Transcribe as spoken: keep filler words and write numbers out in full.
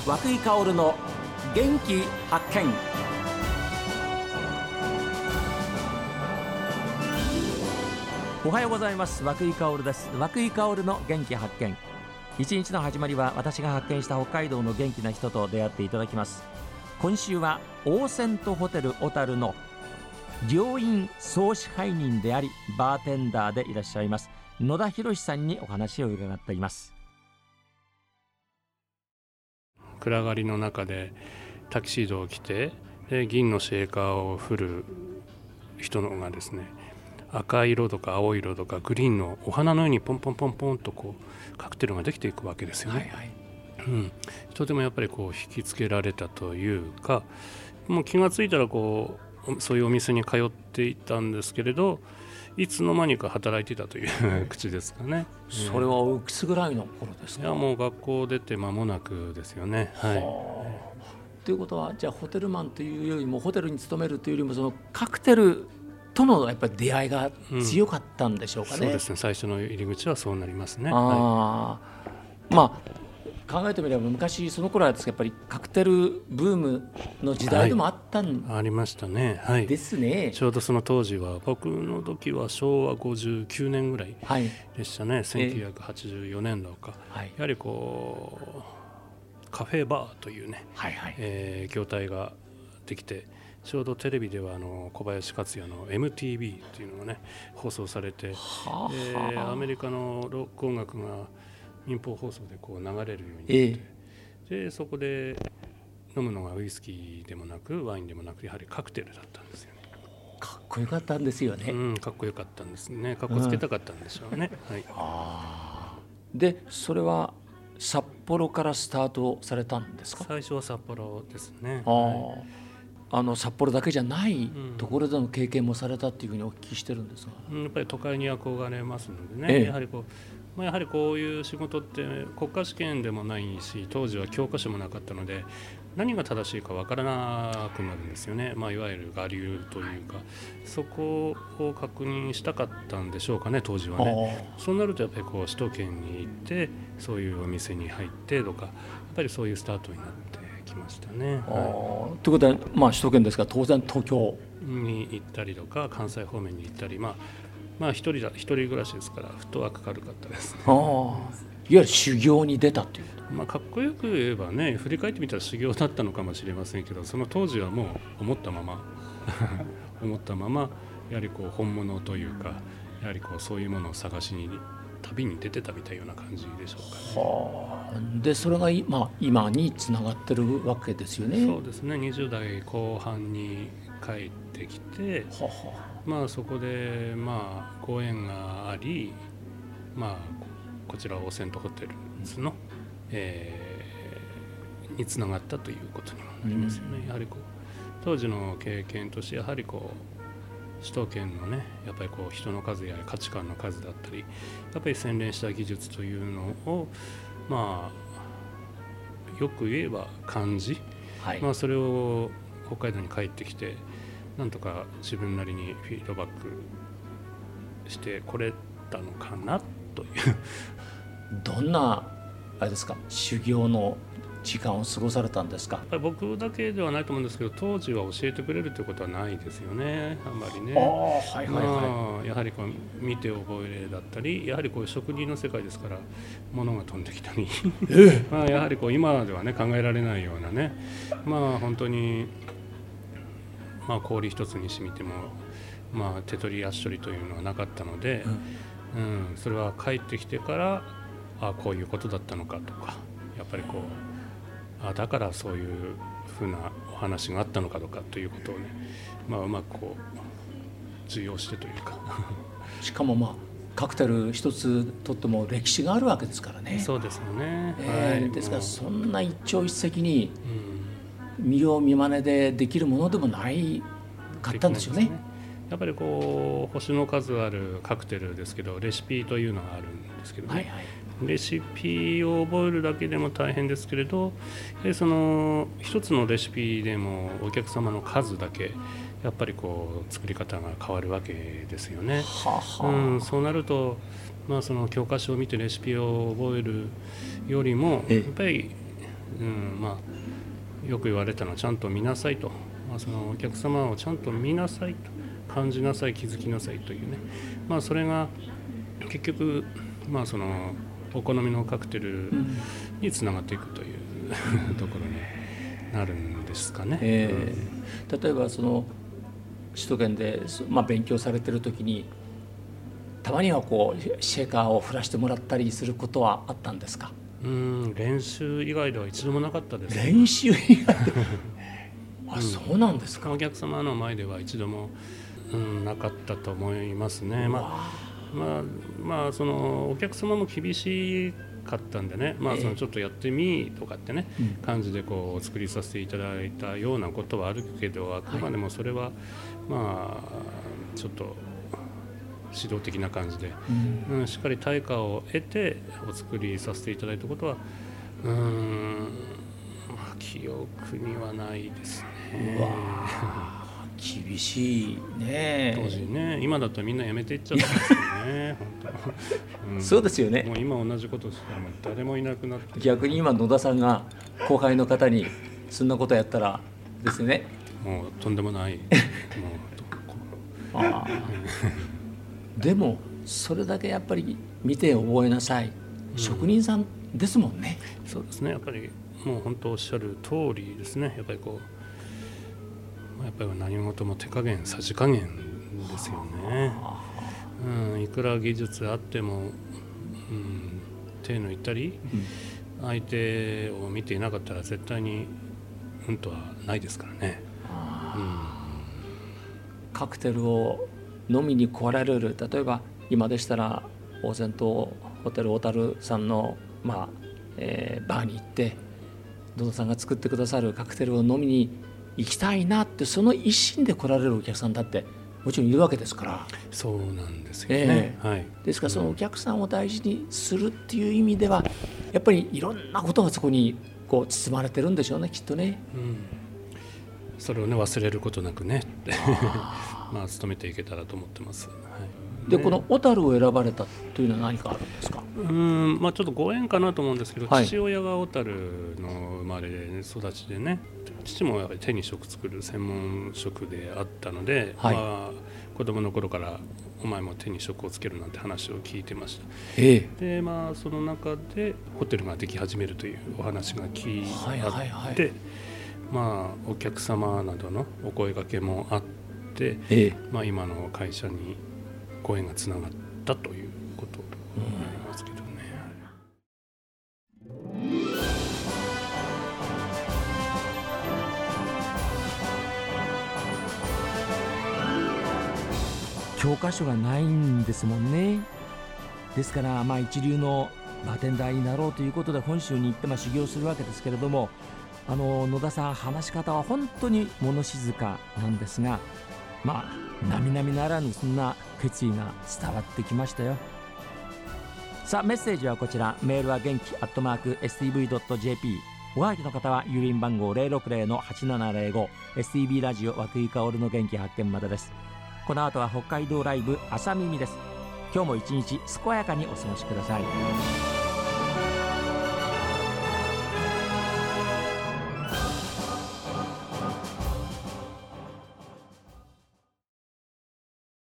和久井薫の元気発見。おはようございます。和久井薫です。和久井薫の元気発見。一日の始まりは私が発見した北海道の元気な人と出会っていただきます。今週はオーセントホテル小樽の両院総支配人でありバーテンダーでいらっしゃいます野田博さんにお話を伺っています。 暗がりの中でタキシードを着てで銀のシェーカーを振る人のがですね、赤色とか青色とかグリーンのお花のようにポンポンポンポンとこうカクテルができていくわけですよね、はいはいうん、とてもやっぱりこう引きつけられたというか、もう気がついたらこうそういうお店に通っていたんですけれど、いつの間にか働いていたという口ですかね。 それはおいくつぐらいの頃ですか？ いやもう学校出て間もなくですよね、はい、 ということはじゃあホテルマンというよりもホテルに勤めるというよりもそのカクテルとのやっぱり出会いが強かったんでしょうかね、 うん、そうですね、最初の入り口はそうなりますね。 あ、はい、まあ考えてみれば昔その頃はやっぱりカクテルブームの時代でもあったん、 はい、ありましたね、はい、 ですね。 ちょうどその当時は僕の時はしょうわごじゅうきゅうねんぐらいでしたね、はい、せんきゅうひゃくはちじゅうよねんだか、はい、やはりこうカフェバーというね、はいはいえー、業態ができて、ちょうどテレビではあの小林克也の エムティービー というのがね放送されて、はあはあ、アメリカのロック音楽が民放放送でこう流れるようになって、えー、でそこで飲むのがウイスキーでもなくワインでもなくやはりカクテルだったんですよね。 かっこよかったんですよね、 うん、かっこよかったんですね。かっこつけたかったんでしょうね、うんはい、 あでそれは札幌からスタートされたんですか？ 最初は札幌ですね。 あ、はい、あの札幌だけじゃないところでの経験もされたっていうふうにお聞きしてるんですが、 うん、やっぱり都会に憧れますのでね、ええ、やはりこうまあ、やはりこういう仕事って国家試験でもないし当時は教科書もなかったので何が正しいか分からなくなるんですよね、まあ、いわゆる我流というかそこを確認したかったんでしょうかね当時はね。そうなるとやっぱりこう首都圏に行ってそういうお店に入ってとかやっぱりそういうスタートになってきましたね、 はい、ということは、まあ、首都圏ですから当然東京に行ったりとか関西方面に行ったり、まあまあ一人だ一人暮らしですからフットワーク軽かったですね。あ、いわゆる修行に出たっていうこと、 まあ、かっこよく言えばね振り返ってみたら修行だったのかもしれませんけど、その当時はもう思ったまま思ったままやはりこう本物というかやはりこうそういうものを探しに旅に出てたみたいな感じでしょうかね。 はあ、でそれが今、今につながってるわけですよね。 そうですね、にじゅう代後半に帰ってきて、ははまあ、そこでまあご縁があり、まあ、こちらオーセントホテルズの、えー、につながったということにもなりますよね、うん、やはりこう当時の経験としてやはりこう首都圏のねやっぱりこう人の数や価値観の数だったりやっぱり洗練した技術というのをまあよく言えば感じ、はいまあ、それを北海道に帰ってきてなんとか自分なりにフィードバックしてこれたのかなというどんなあれですか修行の時間を過ごされたんですか？ やっぱり僕だけではないと思うんですけど当時は教えてくれるということはないですよね、あんまりね。 あ、はいはいはいまあ、やはりこう見て覚えれだったりやはりこういう職人の世界ですから物が飛んできたりまあやはりこう今ではね考えられないようなねまあ本当にまあ、氷一つにしてみても、まあ、手取り足取りというのはなかったので、うんうん、それは帰ってきてからあこういうことだったのかとかやっぱりこうあだからそういうふうなお話があったのかとかということをね、まあ、うまくこう受容してというかしかもまあカクテル一つとっても歴史があるわけですからね。 そうですよね、 えーはい、ですからそんな一朝一夕に、うん見よう見まねでできるものでもないかったんですよね。 やっぱりこう星の数あるカクテルですけどレシピというのがあるんですけどね、はいはい、レシピを覚えるだけでも大変ですけれどでその一つのレシピでもお客様の数だけやっぱりこう作り方が変わるわけですよね。ははうん、そうなると、まあ、その教科書を見てレシピを覚えるよりもやっぱりうんまあ、よく言われたのはちゃんと見なさいと、まあ、そのお客様をちゃんと見なさいと、感じなさい、気づきなさいというね、まあ、それが結局、まあ、そのお好みのカクテルにつながっていくという、うん、ところになるんですかね。 えー、例えばその首都圏で、まあ、勉強されてる時にたまにはこうシェーカーを振らしてもらったりすることはあったんですか？ うん練習以外では一度もなかったです。 練習以外であ、そうなんですか。 お客様の前では一度も、うん、なかったと思いますね。まあまあまあそのお客様も厳しかったんでね、まあ、そのちょっとやってみとかってね、えー、感じでこうお作りさせていただいたようなことはあるけど、あくまでもそれはまあちょっと指導的な感じで、うんうん、しっかり対価を得てお作りさせていただいたことはうーん、まあ、記憶にはないですね。 うわ厳しいね。 当時ね、今だったらみんな辞めていっちゃったんですよね本当、うん、 そうですよね。 もう今同じことしたらもう誰もいなくなって、 逆に今野田さんが後輩の方にそんなことやったらですね、 もうとんでもないもうあでもそれだけやっぱり見て覚えなさい、うん、職人さんですもんね。 そうですね、やっぱりもう本当おっしゃる通りですね。やっぱりこうやっぱり何事も手加減さじ加減ですよね。うん、いくら技術あっても、うん、手抜いたり、うん、相手を見ていなかったら絶対にうんとはないですからね。うん、 カクテルを飲みに来られる、例えば今でしたらオーセントホテル小樽さんの、まあえー、バーに行って野田さんが作ってくださるカクテルを飲みに行きたいなって、その一心で来られるお客さんだってもちろんいるわけですから。 そうなんですよね、 えーはい、 ですからそのお客さんを大事にするっていう意味ではやっぱりいろんなことがそこにこう包まれてるんでしょうね、きっとね、 うん、それをね忘れることなくねまあ努めていけたらと思ってます、はい、 でこの小樽を選ばれたというのは何かあるんですか？ うーん、まあ、ちょっとご縁かなと思うんですけど、 はい、 父親が小樽の生まれで、ね、育ちでね、父もやっぱり手に職作る専門職であったので、はい、まあ、子供の頃からお前も手に職をつけるなんて話を聞いてました。 ええ、 で、まあ、その中でホテルができ始めるというお話が聞いて、はいはいはい、まあ、お客様などのお声掛けもあって、ええ、まあ、今の会社にご縁がつながったということになりますけどね、 うん、教科書がないんですもんね。ですから、まあ、一流のバーテンダーになろうということで本州に行ってまあ修行するわけですけれども、あの野田さん話し方は本当に物静かなんですが、まあ並々ならぬそんな決意が伝わってきましたよ。さあメッセージはこちら、メールは元気アットマーク エスティーブイドットジェーピー、 おはがきの方は郵便番号 ゼロろくゼロのはちななゼロご エスティービー ラジオ和久井薫の元気発見までです。この後は北海道ライブ朝耳です。今日も一日健やかにお過ごしください。